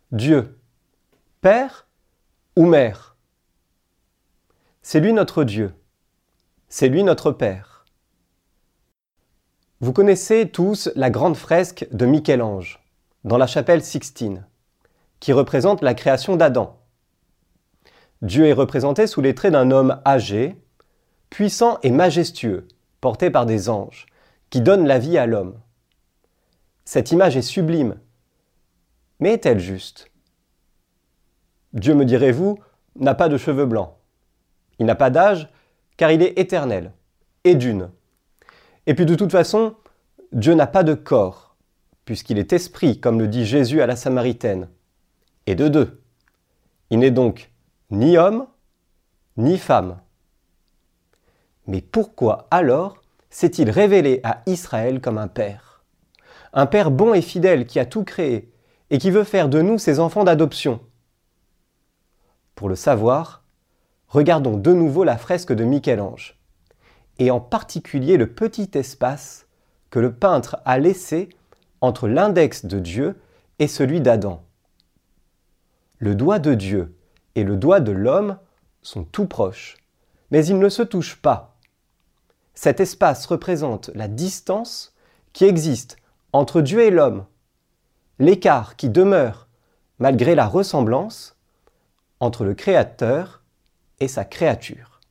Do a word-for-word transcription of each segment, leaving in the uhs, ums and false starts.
Dieu, Père ou Mère? C'est lui notre Dieu, c'est lui notre Père. Vous connaissez tous la grande fresque de Michel-Ange, dans la chapelle Sixtine, qui représente la création d'Adam. Dieu est représenté sous les traits d'un homme âgé, puissant et majestueux, porté par des anges, qui donnent la vie à l'homme. Cette image est sublime, mais est-elle juste? Dieu, me direz-vous, n'a pas de cheveux blancs. Il n'a pas d'âge, car il est éternel, et d'une. Et puis de toute façon, Dieu n'a pas de corps, puisqu'il est esprit, comme le dit Jésus à la Samaritaine, et de deux. Il n'est donc ni homme, ni femme. Mais pourquoi alors s'est-il révélé à Israël comme un père? Un père bon et fidèle qui a tout créé et qui veut faire de nous ses enfants d'adoption. Pour le savoir, regardons de nouveau la fresque de Michel-Ange, et en particulier le petit espace que le peintre a laissé entre l'index de Dieu et celui d'Adam. Le doigt de Dieu et le doigt de l'homme sont tout proches, mais ils ne se touchent pas. Cet espace représente la distance qui existe entre Dieu et l'homme, l'écart qui demeure, malgré la ressemblance, entre le Créateur et sa créature.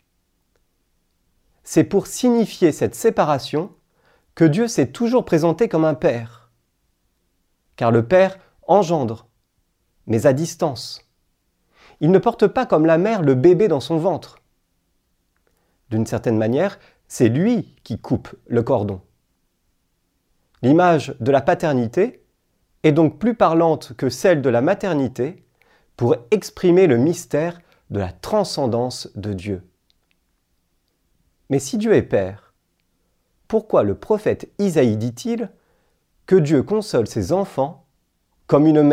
C'est pour signifier cette séparation que Dieu s'est toujours présenté comme un père. Car le père engendre, mais à distance. Il ne porte pas comme la mère le bébé dans son ventre. D'une certaine manière, c'est lui qui coupe le cordon. L'image de la paternité est donc plus parlante que celle de la maternité pour exprimer le mystère de la transcendance de Dieu. Mais si Dieu est Père, pourquoi le prophète Isaïe dit-il que Dieu console ses enfants comme une mère ?